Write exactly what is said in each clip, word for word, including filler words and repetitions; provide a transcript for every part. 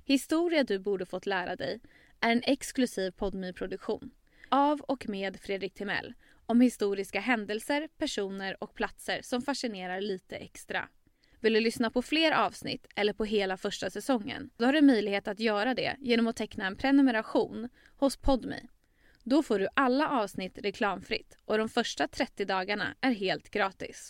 Historia du borde fått lära dig är en exklusiv Podme-produktion av och med Fredrik Timell om historiska händelser, personer och platser som fascinerar lite extra. Vill du lyssna på fler avsnitt eller på hela första säsongen? Då har du möjlighet att göra det genom att teckna en prenumeration hos Podme. Då får du alla avsnitt reklamfritt och de första trettio dagarna är helt gratis.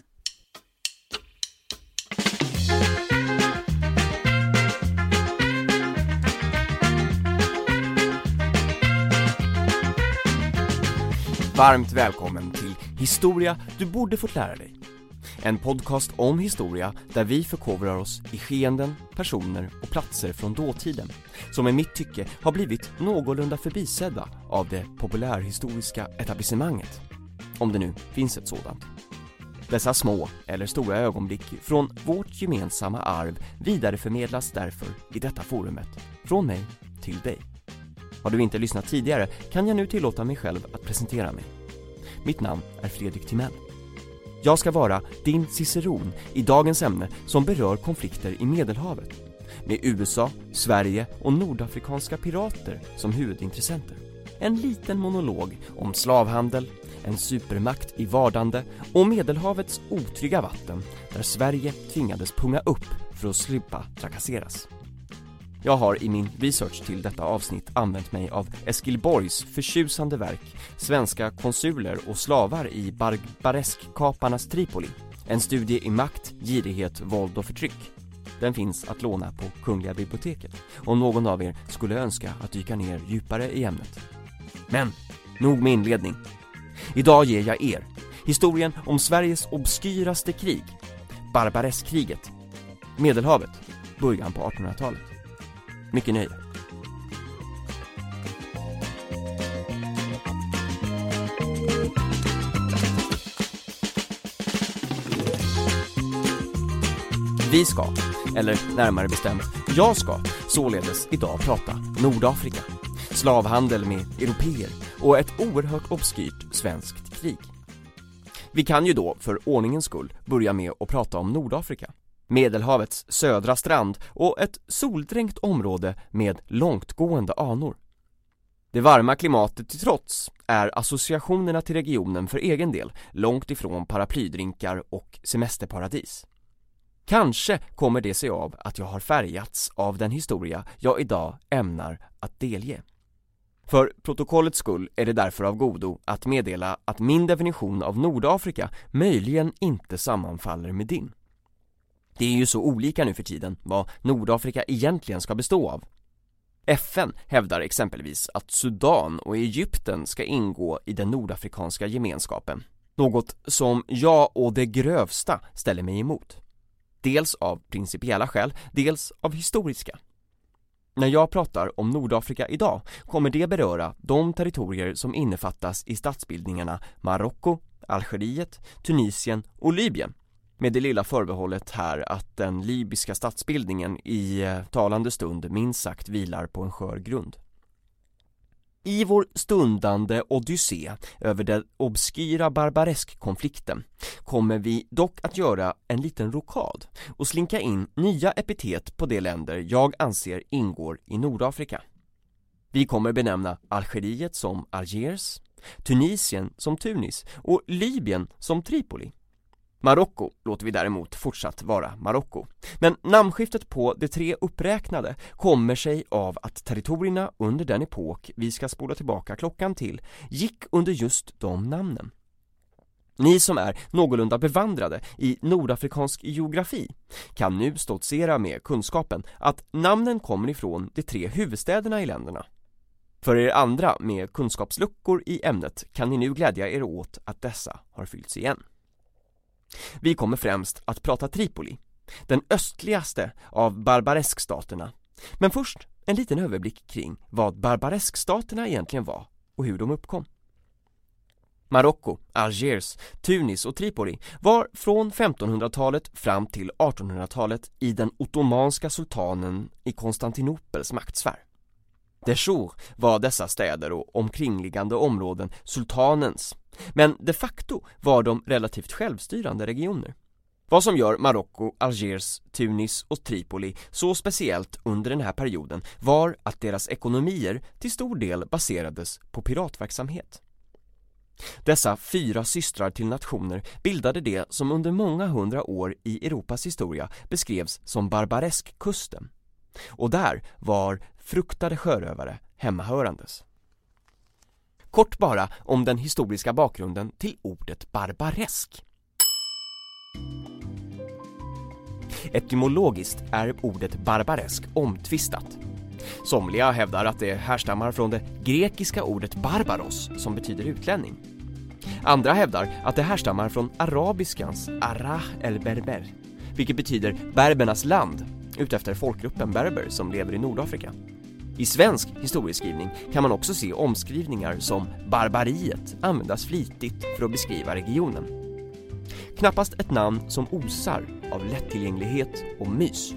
Varmt välkommen till Historia du borde fått lära dig. En podcast om historia där vi förkovrar oss i skeenden, personer och platser från dåtiden som i mitt tycke har blivit någorlunda förbisedda av det populärhistoriska etablissemanget. Om det nu finns ett sådant. Dessa små eller stora ögonblick från vårt gemensamma arv vidareförmedlas därför i detta forumet. Från mig till dig. Har du inte lyssnat tidigare kan jag nu tillåta mig själv att presentera mig. Mitt namn är Fredrik Timell. Jag ska vara din ciceron i dagens ämne som berör konflikter i Medelhavet. Med U S A, Sverige och nordafrikanska pirater som huvudintressenter. En liten monolog om slavhandel, en supermakt i vardande och Medelhavets otrygga vatten där Sverige tvingades punga upp för att slippa trakasseras. Jag har i min research till detta avsnitt använt mig av Eskil Borgs förtjusande verk Svenska konsuler och slavar i barbareskkaparnas Tripoli. En studie i makt, girighet, våld och förtryck. Den finns att låna på Kungliga biblioteket om någon av er skulle önska att dyka ner djupare i ämnet. Men, nog med inledning. Idag ger jag er historien om Sveriges obskyraste krig, Barbareskriget, Medelhavet, början på artonhundratalet. Mycket nöje. Vi ska, eller närmare bestämt, jag ska således idag prata Nordafrika, slavhandel med européer och ett oerhört obskyrt svenskt krig. Vi kan ju då för ordningens skull börja med att prata om Nordafrika. Medelhavets södra strand och ett soldränkt område med långtgående anor. Det varma klimatet till trots är associationerna till regionen för egen del långt ifrån paraplydrinkar och semesterparadis. Kanske kommer det sig av att jag har färgats av den historia jag idag ämnar att delge. För protokollets skull är det därför av godo att meddela att min definition av Nordafrika möjligen inte sammanfaller med din. Det är ju så olika nu för tiden vad Nordafrika egentligen ska bestå av. F N hävdar exempelvis att Sudan och Egypten ska ingå i den nordafrikanska gemenskapen. Något som jag och det grövsta ställer mig emot. Dels av principiella skäl, dels av historiska. När jag pratar om Nordafrika idag kommer det beröra de territorier som innefattas i statsbildningarna Marocko, Algeriet, Tunisien och Libyen. Med det lilla förbehållet här att den libyska statsbildningen i talande stund minst sagt vilar på en skör grund. I vår stundande odyssé över den obskyra barbareskkonflikten kommer vi dock att göra en liten rokad och slinka in nya epitet på de länder jag anser ingår i Nordafrika. Vi kommer benämna Algeriet som Algiers, Tunisien som Tunis och Libyen som Tripoli. Marocko låter vi däremot fortsatt vara Marocko. Men namnskiftet på de tre uppräknade kommer sig av att territorierna under den epok vi ska spola tillbaka klockan till gick under just de namnen. Ni som är någorlunda bevandrade i nordafrikansk geografi kan nu stoltsera med kunskapen att namnen kommer ifrån de tre huvudstäderna i länderna. För er andra med kunskapsluckor i ämnet kan ni nu glädja er åt att dessa har fyllts igen. Vi kommer främst att prata Tripoli, den östligaste av barbareskstaterna. Men först en liten överblick kring vad barbareskstaterna egentligen var och hur de uppkom. Marocko, Algiers, Tunis och Tripoli var från femtonhundratalet fram till artonhundratalet i den ottomanska sultanen i Konstantinopels maktsfär. De jure var dessa städer och omkringliggande områden sultanens, men de facto var de relativt självstyrande regioner. Vad som gör Marocko, Algiers, Tunis och Tripoli så speciellt under den här perioden var att deras ekonomier till stor del baserades på piratverksamhet. Dessa fyra systrar till nationer bildade det som under många hundra år i Europas historia beskrevs som Barbareskkusten. Och där var fruktade sjörövare hemmahörandes. Kort bara om den historiska bakgrunden till ordet barbaresk. Etymologiskt är ordet barbaresk omtvistat. Somliga hävdar att det härstammar från det grekiska ordet barbaros som betyder utlänning. Andra hävdar att det härstammar från arabiskans arah el berber, vilket betyder berbernas land, utefter folkgruppen berber som lever i Nordafrika. I svensk historieskrivning kan man också se omskrivningar som barbariet användas flitigt för att beskriva regionen. Knappast ett namn som osar av lättillgänglighet och mys.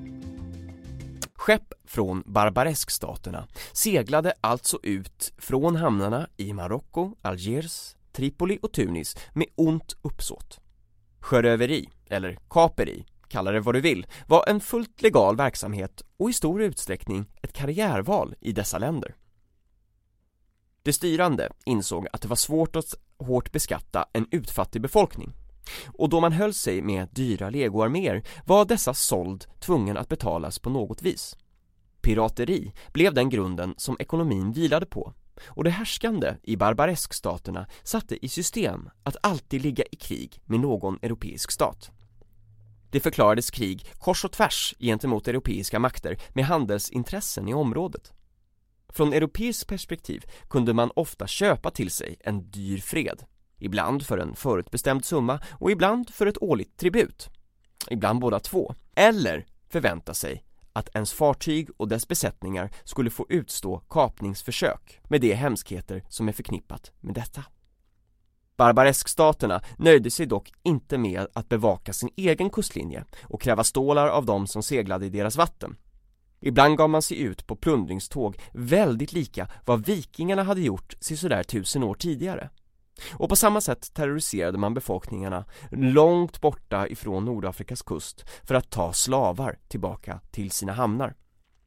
Skepp från barbareskstaterna seglade alltså ut från hamnarna i Marocko, Algiers, Tripoli och Tunis med ont uppsåt. Sjöröveri, eller kaperi, kalla det vad du vill, var en fullt legal verksamhet och i stor utsträckning ett karriärval i dessa länder. De styrande insåg att det var svårt att hårt beskatta en utfattig befolkning. Och då man höll sig med dyra legoarméer var dessa såld tvungen att betalas på något vis. Pirateri blev den grunden som ekonomin vilade på, och det härskande i barbareskstaterna satte i system att alltid ligga i krig med någon europeisk stat. Det förklarades krig kors och tvärs gentemot europeiska makter med handelsintressen i området. Från europeiskt perspektiv kunde man ofta köpa till sig en dyr fred. Ibland för en förutbestämd summa och ibland för ett årligt tribut. Ibland båda två. Eller förvänta sig att ens fartyg och dess besättningar skulle få utstå kapningsförsök med de hemskheter som är förknippat med detta. Barbareskstaterna nöjde sig dock inte med att bevaka sin egen kustlinje och kräva stålar av dem som seglade i deras vatten. Ibland gav man sig ut på plundringståg väldigt lika vad vikingarna hade gjort sådär tusen år tidigare. Och på samma sätt terroriserade man befolkningarna långt borta ifrån Nordafrikas kust för att ta slavar tillbaka till sina hamnar.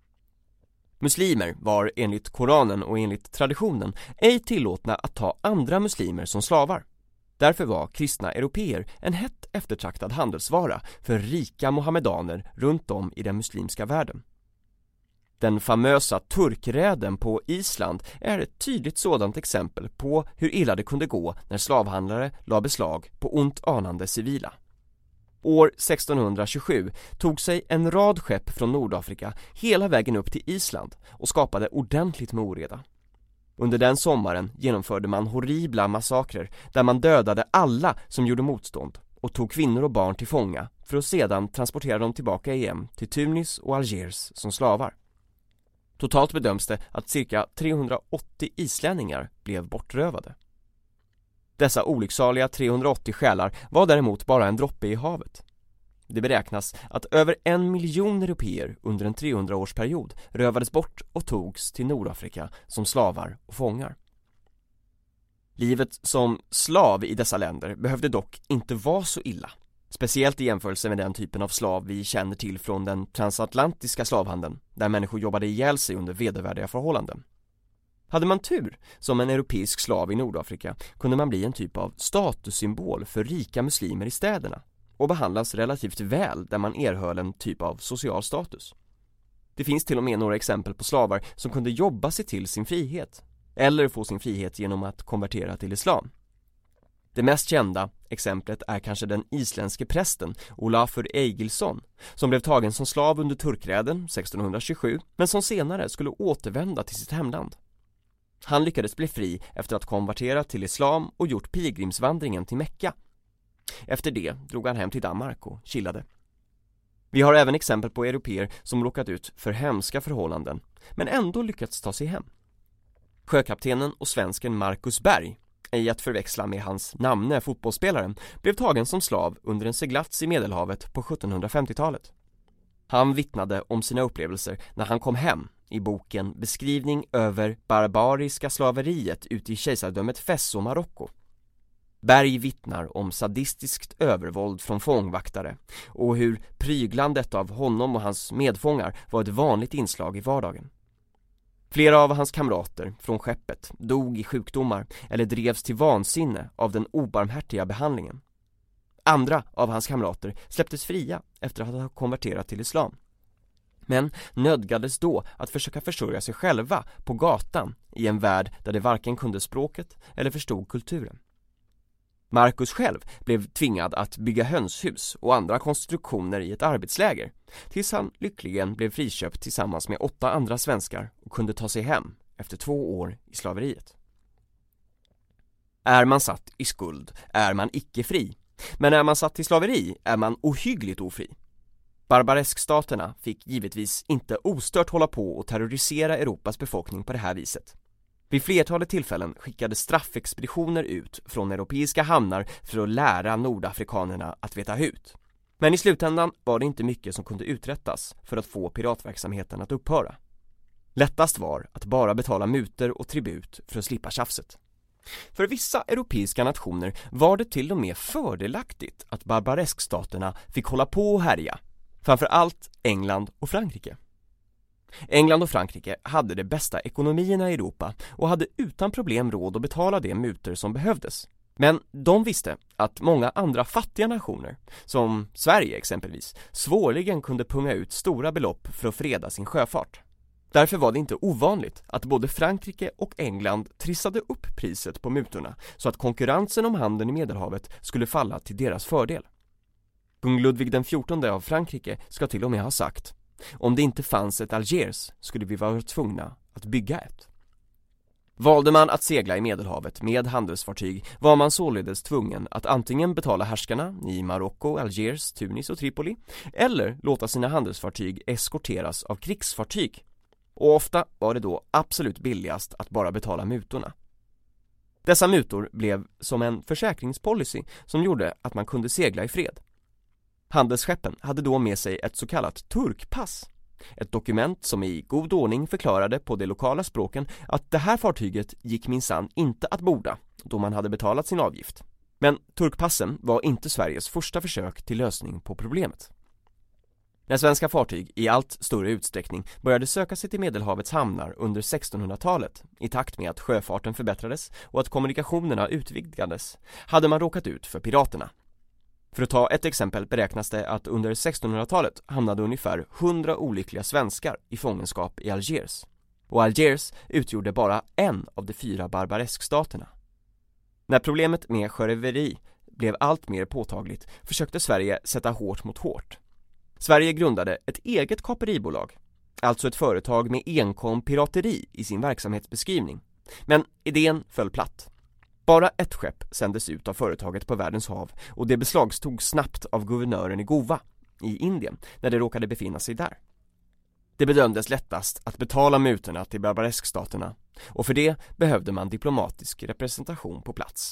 Muslimer var enligt Koranen och enligt traditionen ej tillåtna att ta andra muslimer som slavar. Därför var kristna europeer en hett eftertraktad handelsvara för rika mohammedaner runt om i den muslimska världen. Den famösa turkräden på Island är ett tydligt sådant exempel på hur illa det kunde gå när slavhandlare la beslag på ont anande civila. År sextonhundratjugosju tog sig en rad skepp från Nordafrika hela vägen upp till Island och skapade ordentligt med oreda. Under den sommaren genomförde man horribla massakrer där man dödade alla som gjorde motstånd och tog kvinnor och barn till fånga för att sedan transportera dem tillbaka igen till Tunis och Algiers som slavar. Totalt bedöms det att cirka trehundraåttio islänningar blev bortrövade. Dessa olycksaliga trehundraåttio själar var däremot bara en droppe i havet. Det beräknas att över en miljon europeer under en trehundraårsperiod rövades bort och togs till Nordafrika som slavar och fångar. Livet som slav i dessa länder behövde dock inte vara så illa. Speciellt i jämförelse med den typen av slav vi känner till från den transatlantiska slavhandeln, där människor jobbade ihjäl sig under vedervärdiga förhållanden. Hade man tur som en europeisk slav i Nordafrika kunde man bli en typ av statussymbol för rika muslimer i städerna och behandlas relativt väl där man erhöll en typ av social status. Det finns till och med några exempel på slavar som kunde jobba sig till sin frihet eller få sin frihet genom att konvertera till islam. Det mest kända exemplet är kanske den isländske prästen Olafur Egilsson som blev tagen som slav under turkräden sextonhundratjugosju men som senare skulle återvända till sitt hemland. Han lyckades bli fri efter att konvertera till islam och gjort pilgrimsvandringen till Mekka. Efter det drog han hem till Danmark och chillade. Vi har även exempel på europeer som råkat ut för hemska förhållanden men ändå lyckats ta sig hem. Sjökaptenen och svensken Marcus Berg, ej att förväxla med hans namne fotbollsspelaren, blev tagen som slav under en seglats i Medelhavet på sjuttonhundrafemtiotalet. Han vittnade om sina upplevelser när han kom hem i boken Beskrivning över barbariska slaveriet ute i kejsardömet Fes och Marocko. Berg vittnar om sadistiskt övervåld från fångvaktare och hur pryglandet av honom och hans medfångar var ett vanligt inslag i vardagen. Flera av hans kamrater från skeppet dog i sjukdomar eller drevs till vansinne av den obarmhärtiga behandlingen. Andra av hans kamrater släpptes fria efter att ha konverterat till islam, men nödgades då att försöka försörja sig själva på gatan i en värld där de varken kunde språket eller förstod kulturen. Marcus själv blev tvingad att bygga hönshus och andra konstruktioner i ett arbetsläger, tills han lyckligen blev friköpt tillsammans med åtta andra svenskar och kunde ta sig hem efter två år i slaveriet. Är man satt i skuld är man icke fri, men är man satt i slaveri är man ohyggligt ofri. Barbareskstaterna fick givetvis inte ostört hålla på och terrorisera Europas befolkning på det här viset. Vid flertalet tillfällen skickades straffexpeditioner ut från europeiska hamnar för att lära nordafrikanerna att veta hut. Men i slutändan var det inte mycket som kunde uträttas för att få piratverksamheten att upphöra. Lättast var att bara betala mutor och tribut för att slippa tjafset. För vissa europeiska nationer var det till och med fördelaktigt att barbareskstaterna fick hålla på och härja, framför allt England och Frankrike. England och Frankrike hade de bästa ekonomierna i Europa och hade utan problem råd att betala de mutor som behövdes. Men de visste att många andra fattiga nationer, som Sverige exempelvis, svårligen kunde punga ut stora belopp för att freda sin sjöfart. Därför var det inte ovanligt att både Frankrike och England trissade upp priset på mutorna så att konkurrensen om handeln i Medelhavet skulle falla till deras fördel. Kung Ludvig den fjortonde av Frankrike ska till och med ha sagt: om det inte fanns ett Algiers skulle vi vara tvungna att bygga ett. Valde man att segla i Medelhavet med handelsfartyg var man således tvungen att antingen betala härskarna i Marocko, Algiers, Tunis och Tripoli eller låta sina handelsfartyg eskorteras av krigsfartyg. Och ofta var det då absolut billigast att bara betala mutorna. Dessa mutor blev som en försäkringspolicy som gjorde att man kunde segla i fred. Handelsskeppen hade då med sig ett så kallat turkpass. Ett dokument som i god ordning förklarade på de lokala språken att det här fartyget gick minsann inte att borda då man hade betalat sin avgift. Men turkpassen var inte Sveriges första försök till lösning på problemet. När svenska fartyg i allt större utsträckning började söka sig till Medelhavets hamnar under sextonhundratalet i takt med att sjöfarten förbättrades och att kommunikationerna utvidgades hade man råkat ut för piraterna. För att ta ett exempel beräknas det att under sextonhundratalet hamnade ungefär hundra olyckliga svenskar i fångenskap i Algiers. Och Algiers utgjorde bara en av de fyra barbareskstaterna. När problemet med sjöröveri blev allt mer påtagligt försökte Sverige sätta hårt mot hårt. Sverige grundade ett eget kaperibolag, alltså ett företag med enkom pirateri i sin verksamhetsbeskrivning. Men idén föll platt. Bara ett skepp sändes ut av företaget på världens hav och det beslagstog snabbt av guvernören i Goa i Indien när det råkade befinna sig där. Det bedömdes lättast att betala mutorna till barbareskstaterna och för det behövde man diplomatisk representation på plats.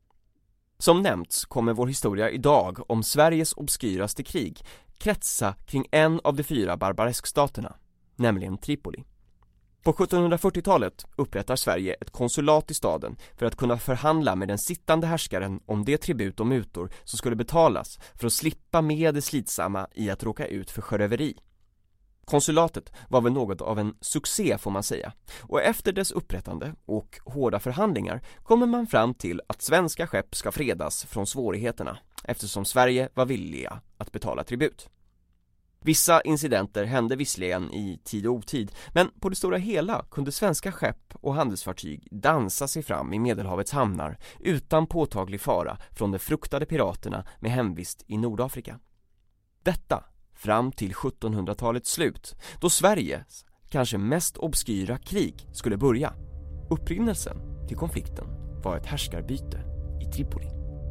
Som nämnts kommer vår historia idag om Sveriges obskyraste krig kretsa kring en av de fyra barbareskstaterna, nämligen Tripoli. På sjuttonhundrafyrtiotalet upprättar Sverige ett konsulat i staden för att kunna förhandla med den sittande härskaren om det tribut och mutor som skulle betalas för att slippa med det slitsamma i att råka ut för sjöröveri. Konsulatet var väl något av en succé får man säga, och efter dess upprättande och hårda förhandlingar kommer man fram till att svenska skepp ska fredas från svårigheterna eftersom Sverige var villiga att betala tribut. Vissa incidenter hände visserligen i tid och otid, men på det stora hela kunde svenska skepp och handelsfartyg dansa sig fram i Medelhavets hamnar utan påtaglig fara från de fruktade piraterna med hemvist i Nordafrika. Detta fram till sjuttonhundratalets slut, då Sveriges kanske mest obskyra krig skulle börja. Upprinnelsen till konflikten var ett härskarbyte i Tripoli.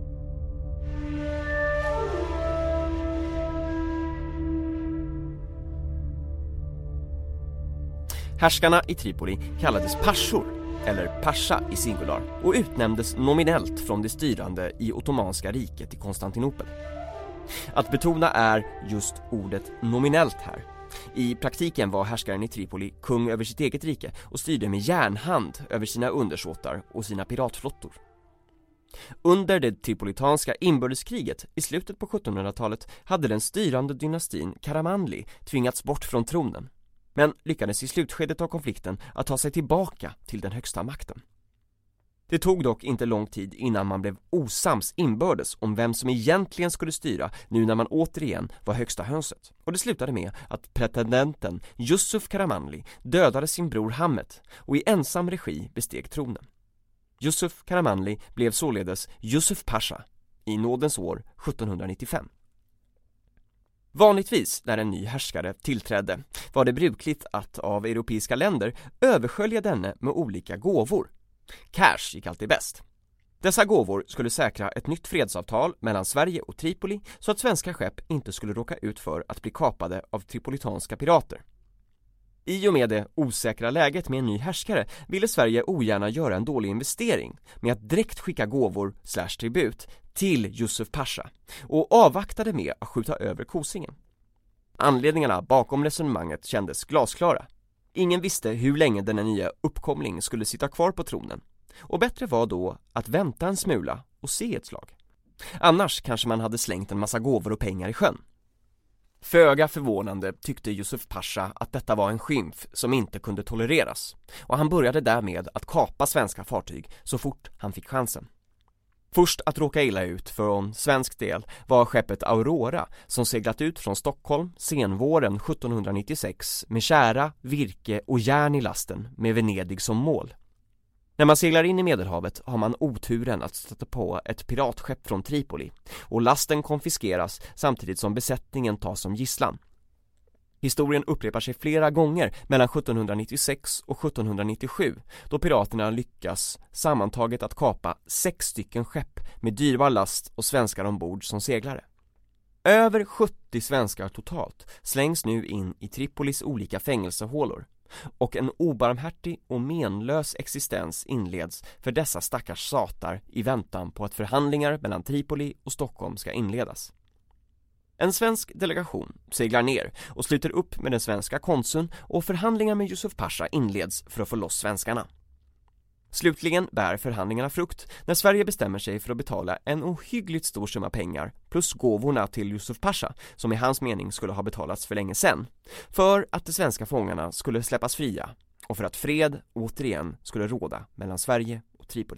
Härskarna i Tripoli kallades pashor, eller pasha i singular, och utnämndes nominellt från det styrande i Ottomanska riket i Konstantinopel. Att betona är just ordet nominellt här. I praktiken var härskaren i Tripoli kung över sitt eget rike och styrde med järnhand över sina undersåtar och sina piratflottor. Under det tripolitanska inbördeskriget i slutet på sjuttonhundratalet hade den styrande dynastin Karamanli tvingats bort från tronen, men lyckades i slutskedet av konflikten att ta sig tillbaka till den högsta makten. Det tog dock inte lång tid innan man blev osams inbördes om vem som egentligen skulle styra nu när man återigen var högsta hönset. Och det slutade med att pretendenten Yusuf Karamanli dödade sin bror Hammet och i ensam regi besteg tronen. Yusuf Karamanli blev således Yusuf Pasha i nådens år sjuttonhundranittiofem. Vanligtvis när en ny härskare tillträdde var det brukligt att av europeiska länder överskölja denne med olika gåvor. Cash gick alltid bäst. Dessa gåvor skulle säkra ett nytt fredsavtal mellan Sverige och Tripoli så att svenska skepp inte skulle råka ut för att bli kapade av tripolitanska pirater. I och med det osäkra läget med en ny härskare ville Sverige ogärna göra en dålig investering med att direkt skicka gåvor slash tribut till Yusuf Pasha och avvaktade med att skjuta över Kosingen. Anledningarna bakom resonemanget kändes glasklara. Ingen visste hur länge denna nya uppkomling skulle sitta kvar på tronen. Och bättre var då att vänta en smula och se ett slag. Annars kanske man hade slängt en massa gåvor och pengar i sjön. Föga förvånande tyckte Yusuf Pasha att detta var en skymf som inte kunde tolereras. Och han började därmed att kapa svenska fartyg så fort han fick chansen. Först att råka illa ut från svensk del var skeppet Aurora som seglat ut från Stockholm senvåren sjuttonhundranittiosex med kära, virke och järn i lasten med Venedig som mål. När man seglar in i Medelhavet har man oturen att stöta på ett piratskepp från Tripoli och lasten konfiskeras samtidigt som besättningen tas som gisslan. Historien upprepar sig flera gånger mellan sjuttonhundranittiosex och sjuttonhundranittiosju då piraterna lyckas sammantaget att kapa sex stycken skepp med dyrbar last och svenskar ombord som seglare. Över sjuttio svenskar totalt slängs nu in i Tripolis olika fängelsehålor och en obarmhärtig och menlös existens inleds för dessa stackars satar i väntan på att förhandlingar mellan Tripoli och Stockholm ska inledas. En svensk delegation seglar ner och sluter upp med den svenska konsuln och förhandlingar med Yusuf Pasha inleds för att få loss svenskarna. Slutligen bär förhandlingarna frukt när Sverige bestämmer sig för att betala en ohyggligt stor summa pengar plus gåvorna till Yusuf Pasha som i hans mening skulle ha betalats för länge sedan för att de svenska fångarna skulle släppas fria och för att fred återigen skulle råda mellan Sverige och Tripoli.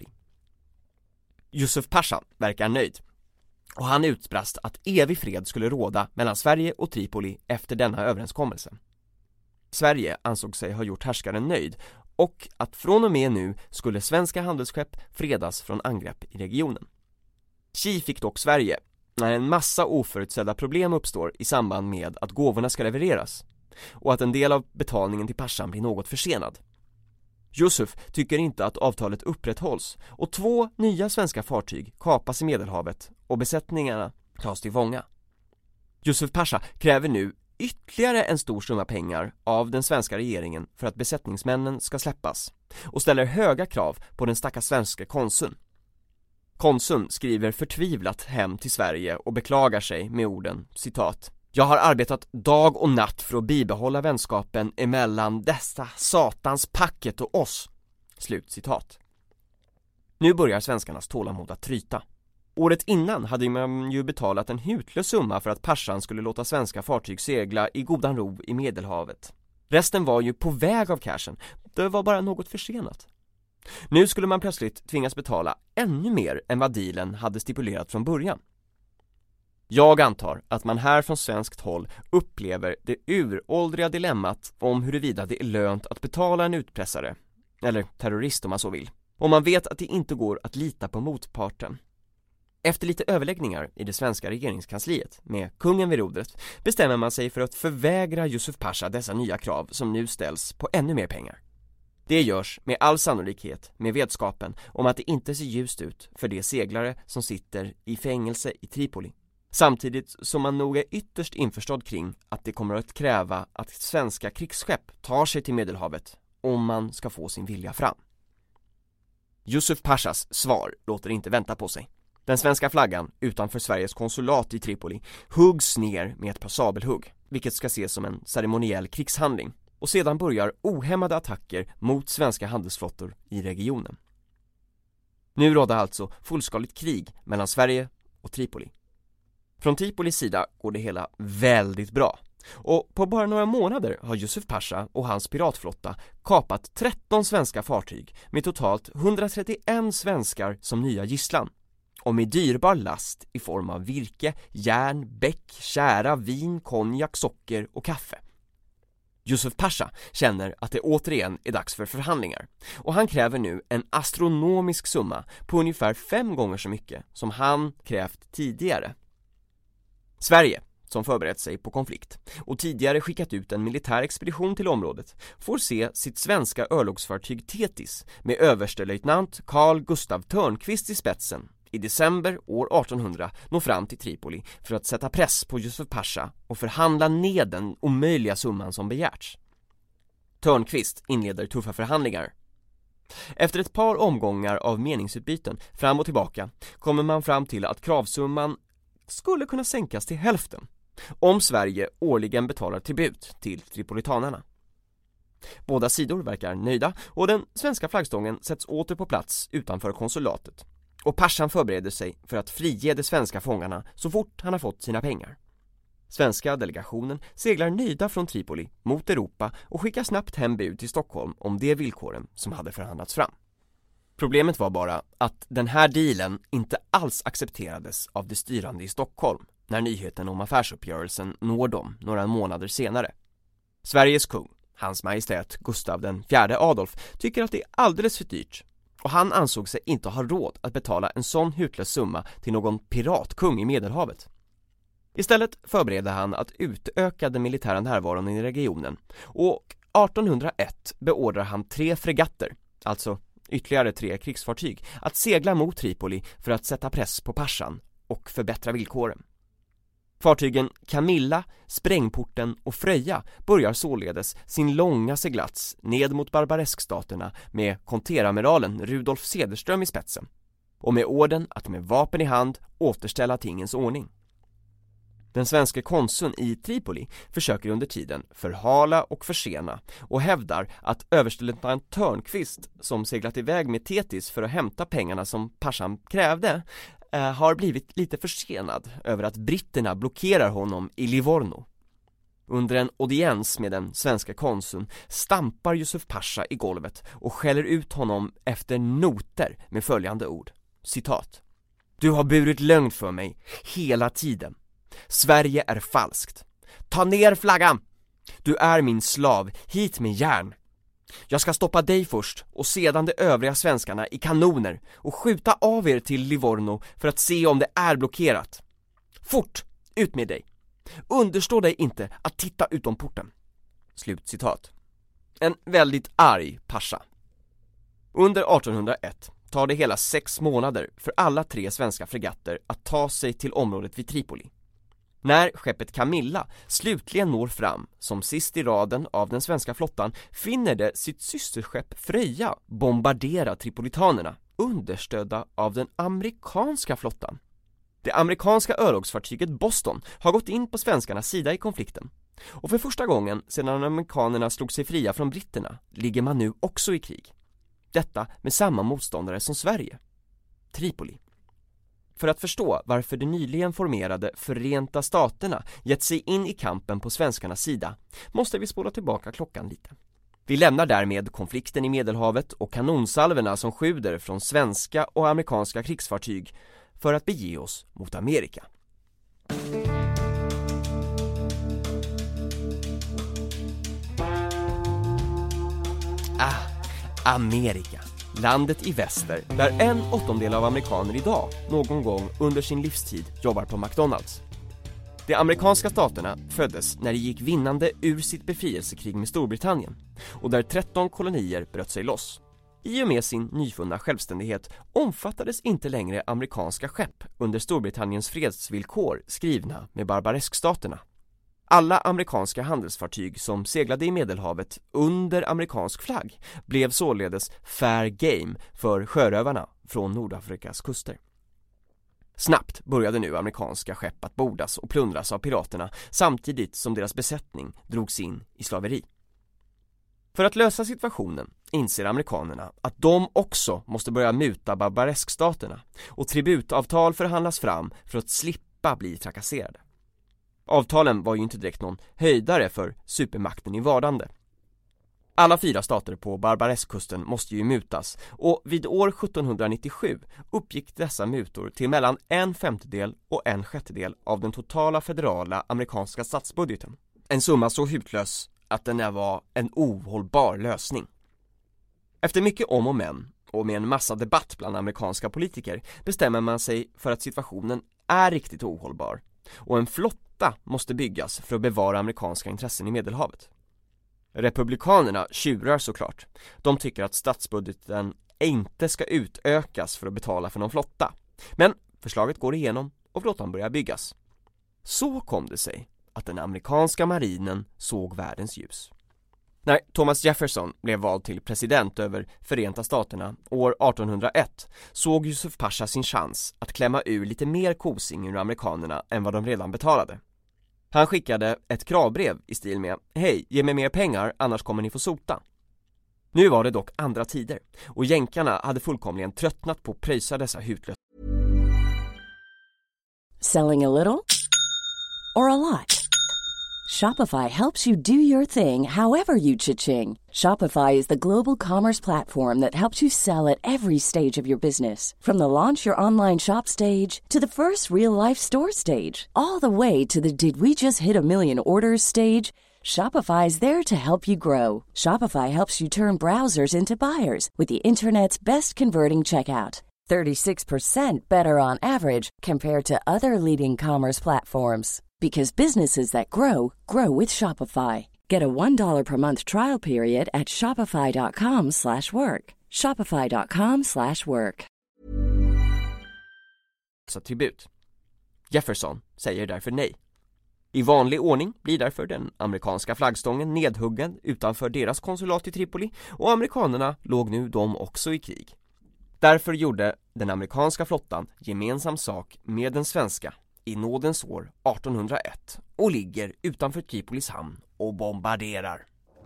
Yusuf Pasha verkar nöjd. Och han utbrast att evig fred skulle råda mellan Sverige och Tripoli efter denna överenskommelse. Sverige ansåg sig ha gjort härskaren nöjd och att från och med nu skulle svenska handelsskepp fredas från angrepp i regionen. Tji fick dock Sverige när en massa oförutsedda problem uppstår i samband med att gåvorna ska levereras och att en del av betalningen till Pashan blir något försenad. Yusuf tycker inte att avtalet upprätthålls och två nya svenska fartyg kapas i Medelhavet och besättningarna tas till fånga. Yusuf Pasha kräver nu ytterligare en stor summa pengar av den svenska regeringen för att besättningsmännen ska släppas och ställer höga krav på den stackars svenska konsuln. Konsuln skriver förtvivlat hem till Sverige och beklagar sig med orden, citat: "Jag har arbetat dag och natt för att bibehålla vänskapen emellan dessa satans packet och oss." Slut citat. Nu börjar svenskarnas tålamod att tryta. Året innan hade man ju betalat en hutlös summa för att Pashan skulle låta svenska fartyg segla i godan ro i Medelhavet. Resten var ju på väg av cashen, det var bara något försenat. Nu skulle man plötsligt tvingas betala ännu mer än vad dealen hade stipulerat från början. Jag antar att man här från svenskt håll upplever det uråldriga dilemmat om huruvida det är lönt att betala en utpressare, eller terrorist om man så vill, om man vet att det inte går att lita på motparten. Efter lite överläggningar i det svenska regeringskansliet med kungen vid rodret bestämmer man sig för att förvägra Yusuf Pasha dessa nya krav som nu ställs på ännu mer pengar. Det görs med all sannolikhet med vetskapen om att det inte ser ljust ut för de seglare som sitter i fängelse i Tripoli. Samtidigt som man nog är ytterst införstådd kring att det kommer att kräva att svenska krigsskepp tar sig till Medelhavet om man ska få sin vilja fram. Yusuf Pashas svar låter inte vänta på sig. Den svenska flaggan utanför Sveriges konsulat i Tripoli huggs ner med ett par sabelhugg, vilket ska ses som en ceremoniell krigshandling. Och sedan börjar ohämmade attacker mot svenska handelsflottor i regionen. Nu rådde alltså fullskaligt krig mellan Sverige och Tripoli. Från Tripolis sida går det hela väldigt bra. Och på bara några månader har Yusuf Pasha och hans piratflotta kapat tretton svenska fartyg med totalt hundratrettioen svenskar som nya gisslan. Och med dyrbar last i form av virke, järn, bäck, kära, vin, konjak, socker och kaffe. Yusuf Pasha känner att det återigen är dags för förhandlingar. Och han kräver nu en astronomisk summa på ungefär fem gånger så mycket som han krävt tidigare. Sverige, som förberett sig på konflikt och tidigare skickat ut en militär expedition till området, får se sitt svenska örlogsfartyg Thetis med överstelöjtnant Carl Gustav Törnqvist i spetsen i december år artonhundra nå fram till Tripoli för att sätta press på Yusuf Pasha och förhandla ned den omöjliga summan som begärts. Törnqvist inleder tuffa förhandlingar. Efter ett par omgångar av meningsutbyten fram och tillbaka kommer man fram till att kravsumman skulle kunna sänkas till hälften om Sverige årligen betalar tribut till tripolitanerna. Båda sidor verkar nöjda och den svenska flaggstången sätts åter på plats utanför konsulatet. Och Pashan förbereder sig för att frige de svenska fångarna så fort han har fått sina pengar. Svenska delegationen seglar nöjda från Tripoli mot Europa och skickar snabbt hem bud till Stockholm om de villkoren som hade förhandlats fram. Problemet var bara att den här dealen inte alls accepterades av de styrande i Stockholm när nyheten om affärsuppgörelsen når dem några månader senare. Sveriges kung, hans majestät Gustav den fjärde Adolf, tycker att det är alldeles för dyrt och han ansåg sig inte ha råd att betala en sån hutlös summa till någon piratkung i Medelhavet. Istället förberedde han att utöka den militära närvaron i regionen och artonhundraett beordrar han tre fregatter, alltså ytterligare tre krigsfartyg, att segla mot Tripoli för att sätta press på Pashan och förbättra villkoren. Fartygen Camilla, Sprängporten och Fröja börjar således sin långa seglats ned mot Barbareskstaterna med konteramiralen Rudolf Cederström i spetsen och med orden att med vapen i hand återställa tingens ordning. Den svenska konsuln i Tripoli försöker under tiden förhala och försena och hävdar att överstelöjtnant Törnqvist, som seglat iväg med Thetis för att hämta pengarna som Pashan krävde, eh, har blivit lite försenad över att britterna blockerar honom i Livorno. Under en audiens med den svenska konsuln stampar Yusuf Pasha i golvet och skäller ut honom efter noter med följande ord. Citat: "Du har burit lögn för mig hela tiden. Sverige är falskt. Ta ner flaggan! Du är min slav, hit med järn. Jag ska stoppa dig först och sedan de övriga svenskarna i kanoner och skjuta av er till Livorno för att se om det är blockerat. Fort, ut med dig. Understå dig inte att titta utom porten." Slut citat. En väldigt arg Pasha. Under artonhundraett tar det hela sex månader för alla tre svenska fregatter att ta sig till området vid Tripoli. När skeppet Camilla slutligen når fram som sist i raden av den svenska flottan finner det sitt systerskepp Fröja bombardera tripolitanerna understödda av den amerikanska flottan. Det amerikanska örlogsfartyget Boston har gått in på svenskarnas sida i konflikten. Och för första gången sedan amerikanerna slog sig fria från britterna ligger man nu också i krig. Detta med samma motståndare som Sverige, Tripoli. För att förstå varför de nyligen formerade Förenta Staterna gett sig in i kampen på svenskarnas sida måste vi spola tillbaka klockan lite. Vi lämnar därmed konflikten i Medelhavet och kanonsalverna som sjuder från svenska och amerikanska krigsfartyg för att bege oss mot Amerika. Ah, Amerika. Landet i väster där en åttondel av amerikaner idag någon gång under sin livstid jobbar på McDonalds. De amerikanska staterna föddes när de gick vinnande ur sitt befrielsekrig med Storbritannien och där tretton kolonier bröt sig loss. I och med sin nyfunna självständighet omfattades inte längre amerikanska skepp under Storbritanniens fredsvillkor skrivna med Barbareskstaterna. Alla amerikanska handelsfartyg som seglade i Medelhavet under amerikansk flagg blev således fair game för sjörövarna från Nordafrikas kuster. Snabbt började nu amerikanska skepp att bordas och plundras av piraterna samtidigt som deras besättning drogs in i slaveri. För att lösa situationen inser amerikanerna att de också måste börja muta Barbareskstaterna och tributavtal förhandlas fram för att slippa bli trakasserade. Avtalen var ju inte direkt någon höjdare för supermakten i vardande. Alla fyra stater på Barbareskkusten måste ju mutas och vid år sjuttonhundranittiosju uppgick dessa mutor till mellan en femtedel och en sjättedel av den totala federala amerikanska statsbudgeten. En summa så hutlös att den var en ohållbar lösning. Efter mycket om och men och med en massa debatt bland amerikanska politiker bestämmer man sig för att situationen är riktigt ohållbar och en flotta måste byggas för att bevara amerikanska intressen i Medelhavet. Republikanerna tjurar såklart. De tycker att statsbudgeten inte ska utökas för att betala för någon flotta. Men förslaget går igenom och flottan börjar byggas. Så kom det sig att den amerikanska marinen såg världens ljus. När Thomas Jefferson blev vald till president över Förenta Staterna år artonhundraett såg Yusuf Pasha sin chans att klämma ur lite mer kosing ur amerikanerna än vad de redan betalade. Han skickade ett kravbrev i stil med hej, ge mig mer pengar annars kommer ni få sota. Nu var det dock andra tider och jänkarna hade fullkomligen tröttnat på att pröjsa dessa hutlösa. Selling a little or a lot? Shopify helps you do your thing however you cha-ching. Shopify is the global commerce platform that helps you sell at every stage of your business. From the launch your online shop stage to the first real-life store stage, all the way to the did we just hit a million orders stage. Shopify is there to help you grow. Shopify helps you turn browsers into buyers with the internet's best converting checkout. thirty-six percent better on average compared to other leading commerce platforms. Because businesses that grow, grow with Shopify. Get a one dollar per month trial period at shopify.com slash work. Shopify.com slash work. Så tribut. Jefferson säger därför nej. I vanlig ordning blir därför den amerikanska flaggstången nedhuggen utanför deras konsulat i Tripoli och amerikanerna låg nu de också i krig. Därför gjorde den amerikanska flottan gemensam sak med den svenska i nådens år artonhundraett och ligger utanför Tripolis hamn och bombarderar.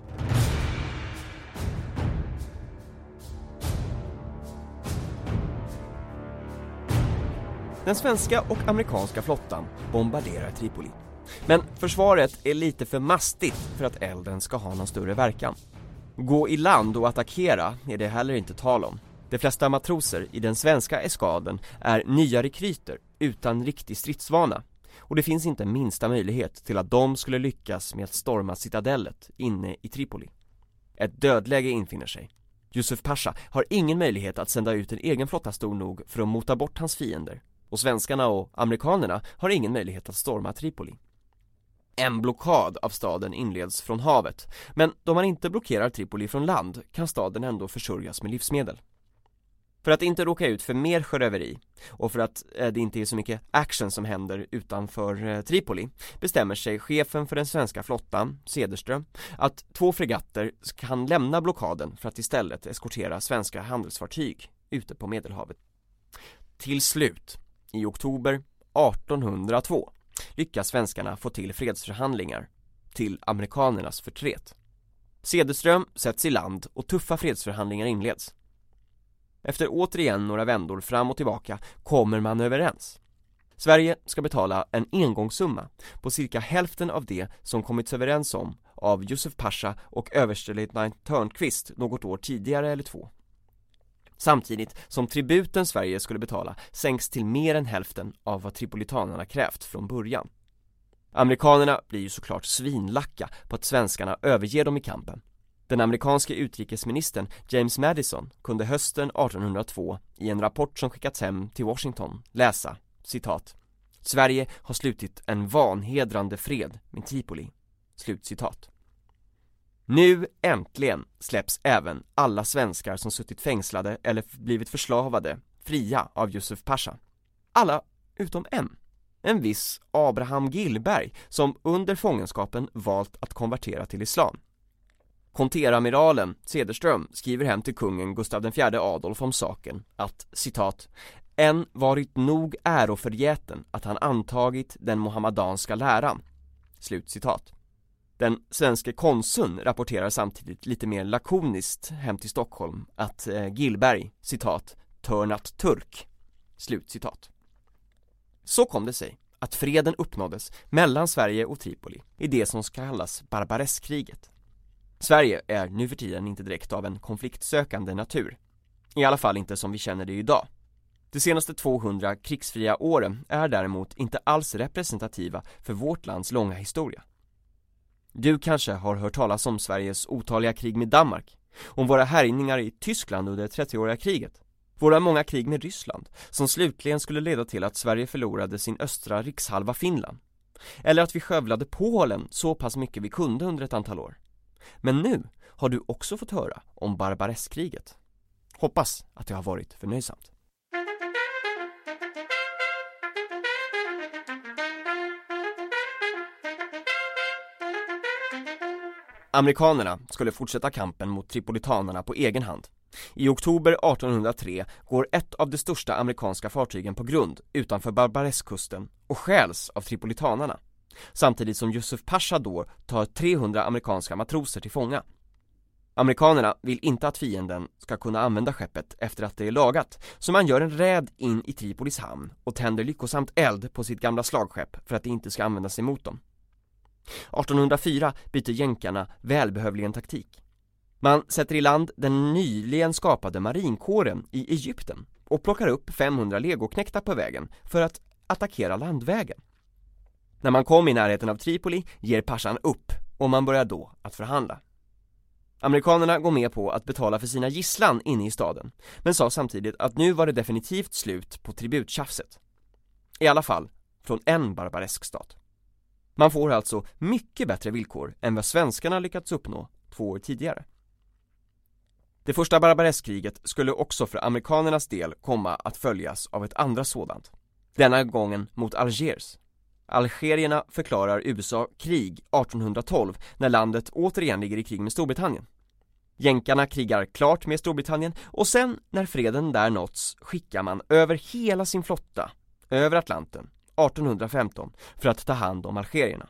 Den svenska och amerikanska flottan bombarderar Tripoli. Men försvaret är lite för mastigt för att elden ska ha någon större verkan. Gå i land och attackera är det heller inte tal om. De flesta matroser i den svenska eskaden är nya rekryter utan riktig stridsvana och det finns inte minsta möjlighet till att de skulle lyckas med att storma citadellet inne i Tripoli. Ett dödläge infinner sig. Yusuf Pasha har ingen möjlighet att sända ut en egen flotta stor nog för att mota bort hans fiender och svenskarna och amerikanerna har ingen möjlighet att storma Tripoli. En blockad av staden inleds från havet, men då man inte blockerar Tripoli från land kan staden ändå försörjas med livsmedel. För att inte råka ut för mer sjöröveri och för att det inte är så mycket action som händer utanför Tripoli bestämmer sig chefen för den svenska flottan, Cederström, att två fregatter kan lämna blockaden för att istället eskortera svenska handelsfartyg ute på Medelhavet. Till slut, i oktober artonhundratvå, lyckas svenskarna få till fredsförhandlingar till amerikanernas förtret. Cederström sätts i land och tuffa fredsförhandlingar inleds. Efter återigen några vändor fram och tillbaka kommer man överens. Sverige ska betala en engångssumma på cirka hälften av det som kommits överens om av Yusuf Pasha och överstelöjtnant Törnqvist något år tidigare eller två. Samtidigt som tributen Sverige skulle betala sänks till mer än hälften av vad tripolitanerna krävt från början. Amerikanerna blir ju såklart svinlacka på att svenskarna överger dem i kampen. Den amerikanske utrikesministern James Madison kunde hösten artonhundratvå i en rapport som skickats hem till Washington läsa, citat, Sverige har slutit en vanhedrande fred med Tripoli, slutcitat. Nu äntligen släpps även alla svenskar som suttit fängslade eller blivit förslavade fria av Yusuf Pasha. Alla utom en. En viss Abraham Gillberg som under fångenskapen valt att konvertera till islam. Konteramiralen Cederström skriver hem till kungen Gustav den fjärde Adolf om saken att, citat, en varit nog äroförgäten att han antagit den mohammedanska läran, slutcitat. Den svenska konsuln rapporterar samtidigt lite mer lakoniskt hem till Stockholm att eh, Gillberg, citat, törnat turk, slut citat. Så kom det sig att freden uppnåddes mellan Sverige och Tripoli i det som ska kallas Barbareskriget. Sverige är nu för tiden inte direkt av en konfliktsökande natur. I alla fall inte som vi känner det idag. De senaste tvåhundra krigsfria åren är däremot inte alls representativa för vårt lands långa historia. Du kanske har hört talas om Sveriges otaliga krig med Danmark, om våra härjningar i Tyskland under trettioåriga kriget, våra många krig med Ryssland som slutligen skulle leda till att Sverige förlorade sin östra rikshalva Finland, eller att vi skövlade Polen så pass mycket vi kunde under ett antal år. Men nu har du också fått höra om Barbareskriget. Hoppas att det har varit förnöjsamt. Amerikanerna skulle fortsätta kampen mot tripolitanerna på egen hand. I oktober artonhundratre går ett av de största amerikanska fartygen på grund utanför Barbareskkusten och stjäls av tripolitanerna, samtidigt som Yusuf Pasha då tar trehundra amerikanska matroser till fånga. Amerikanerna vill inte att fienden ska kunna använda skeppet efter att det är lagat, så man gör en räd in i Tripolis hamn och tänder lyckosamt eld på sitt gamla slagskepp för att det inte ska användas emot dem. artonhundrafyra byter jänkarna välbehövligen taktik. Man sätter i land den nyligen skapade marinkåren i Egypten och plockar upp femhundra legoknektar på vägen för att attackera landvägen. När man kom i närheten av Tripoli ger Pashan upp och man börjar då att förhandla. Amerikanerna går med på att betala för sina gisslan inne i staden, men sa samtidigt att nu var det definitivt slut på tributtjafset. I alla fall från en barbaresk stat. Man får alltså mycket bättre villkor än vad svenskarna lyckats uppnå två år tidigare. Det första Barbareskriget skulle också för amerikanernas del komma att följas av ett andra sådant. Denna gången mot Algiers. Algerierna förklarar U S A krig artonhundratolv när landet återigen ligger i krig med Storbritannien. Jänkarna krigar klart med Storbritannien och sen när freden där nåtts skickar man över hela sin flotta över Atlanten artonhundrafemton för att ta hand om algerierna.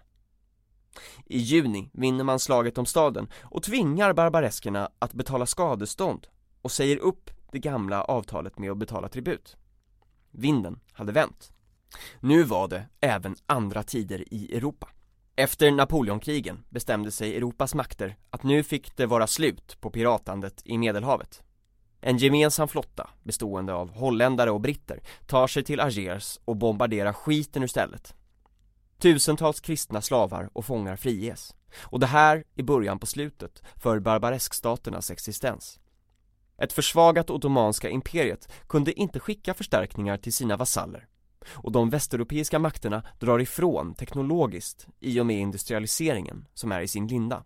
I juni vinner man slaget om staden och tvingar barbareskerna att betala skadestånd och säger upp det gamla avtalet med att betala tribut. Vinden hade vänt. Nu var det även andra tider i Europa. Efter Napoleonkrigen bestämde sig Europas makter att nu fick det vara slut på piratandet i Medelhavet. En gemensam flotta bestående av holländare och britter tar sig till Algiers och bombarderar skiten ur stället. Tusentals kristna slavar och fångar friges. Och det här är början på slutet för barbareskstaternas existens. Ett försvagat ottomanska imperiet kunde inte skicka förstärkningar till sina vasaller. Och de västeuropeiska makterna drar ifrån teknologiskt i och med industrialiseringen som är i sin linda.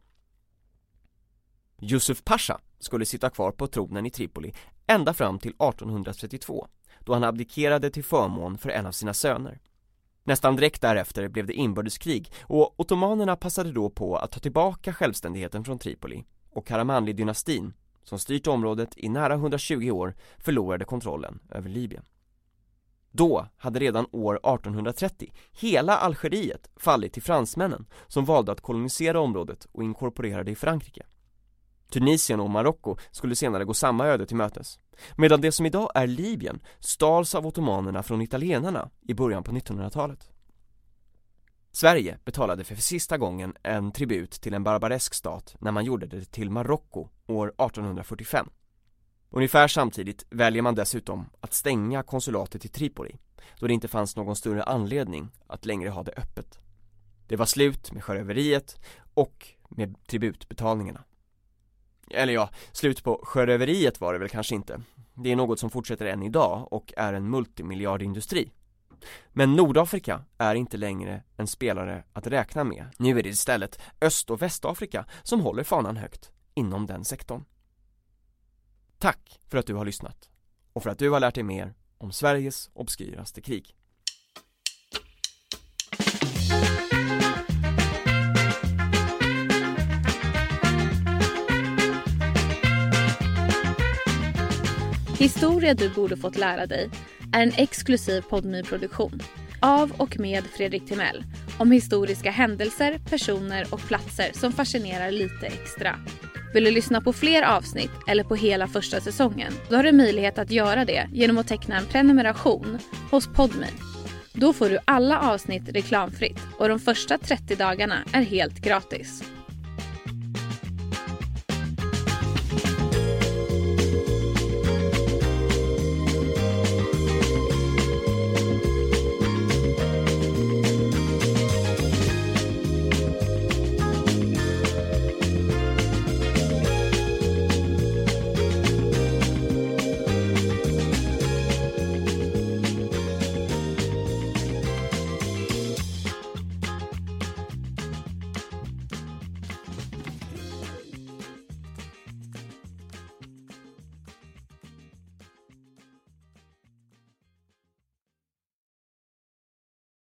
Yusuf Pasha skulle sitta kvar på tronen i Tripoli ända fram till artonhundratrettiotvå, då han abdikerade till förmån för en av sina söner. Nästan direkt därefter blev det inbördeskrig och ottomanerna passade då på att ta tillbaka självständigheten från Tripoli och Karamanli-dynastin, som styrt området i nära hundratjugo år, förlorade kontrollen över Libyen. Då hade redan år artonhundratrettio hela Algeriet fallit till fransmännen som valde att kolonisera området och inkorporera det i Frankrike. Tunisien och Marocko skulle senare gå samma öde till mötes, medan det som idag är Libyen stals av ottomanerna från italienarna i början på nittonhundratalet. Sverige betalade för sista gången en tribut till en barbaresk stat när man gjorde det till Marocko år artonhundrafyrtiofem. Ungefär samtidigt väljer man dessutom att stänga konsulatet i Tripoli, då det inte fanns någon större anledning att längre ha det öppet. Det var slut med sjöröveriet och med tributbetalningarna. Eller ja, slut på sjöröveriet var det väl kanske inte. Det är något som fortsätter än idag och är en multimiljardindustri. Men Nordafrika är inte längre en spelare att räkna med. Nu är det istället Öst- och Västafrika som håller fanan högt inom den sektorn. Tack för att du har lyssnat och för att du har lärt dig mer om Sveriges obskyraste krig. Historia du borde fått lära dig är en exklusiv Podmy-produktion av och med Fredrik Timell om historiska händelser, personer och platser som fascinerar lite extra. Vill du lyssna på fler avsnitt eller på hela första säsongen? Då har du möjlighet att göra det genom att teckna en prenumeration hos Podme. Då får du alla avsnitt reklamfritt och de första trettio dagarna är helt gratis.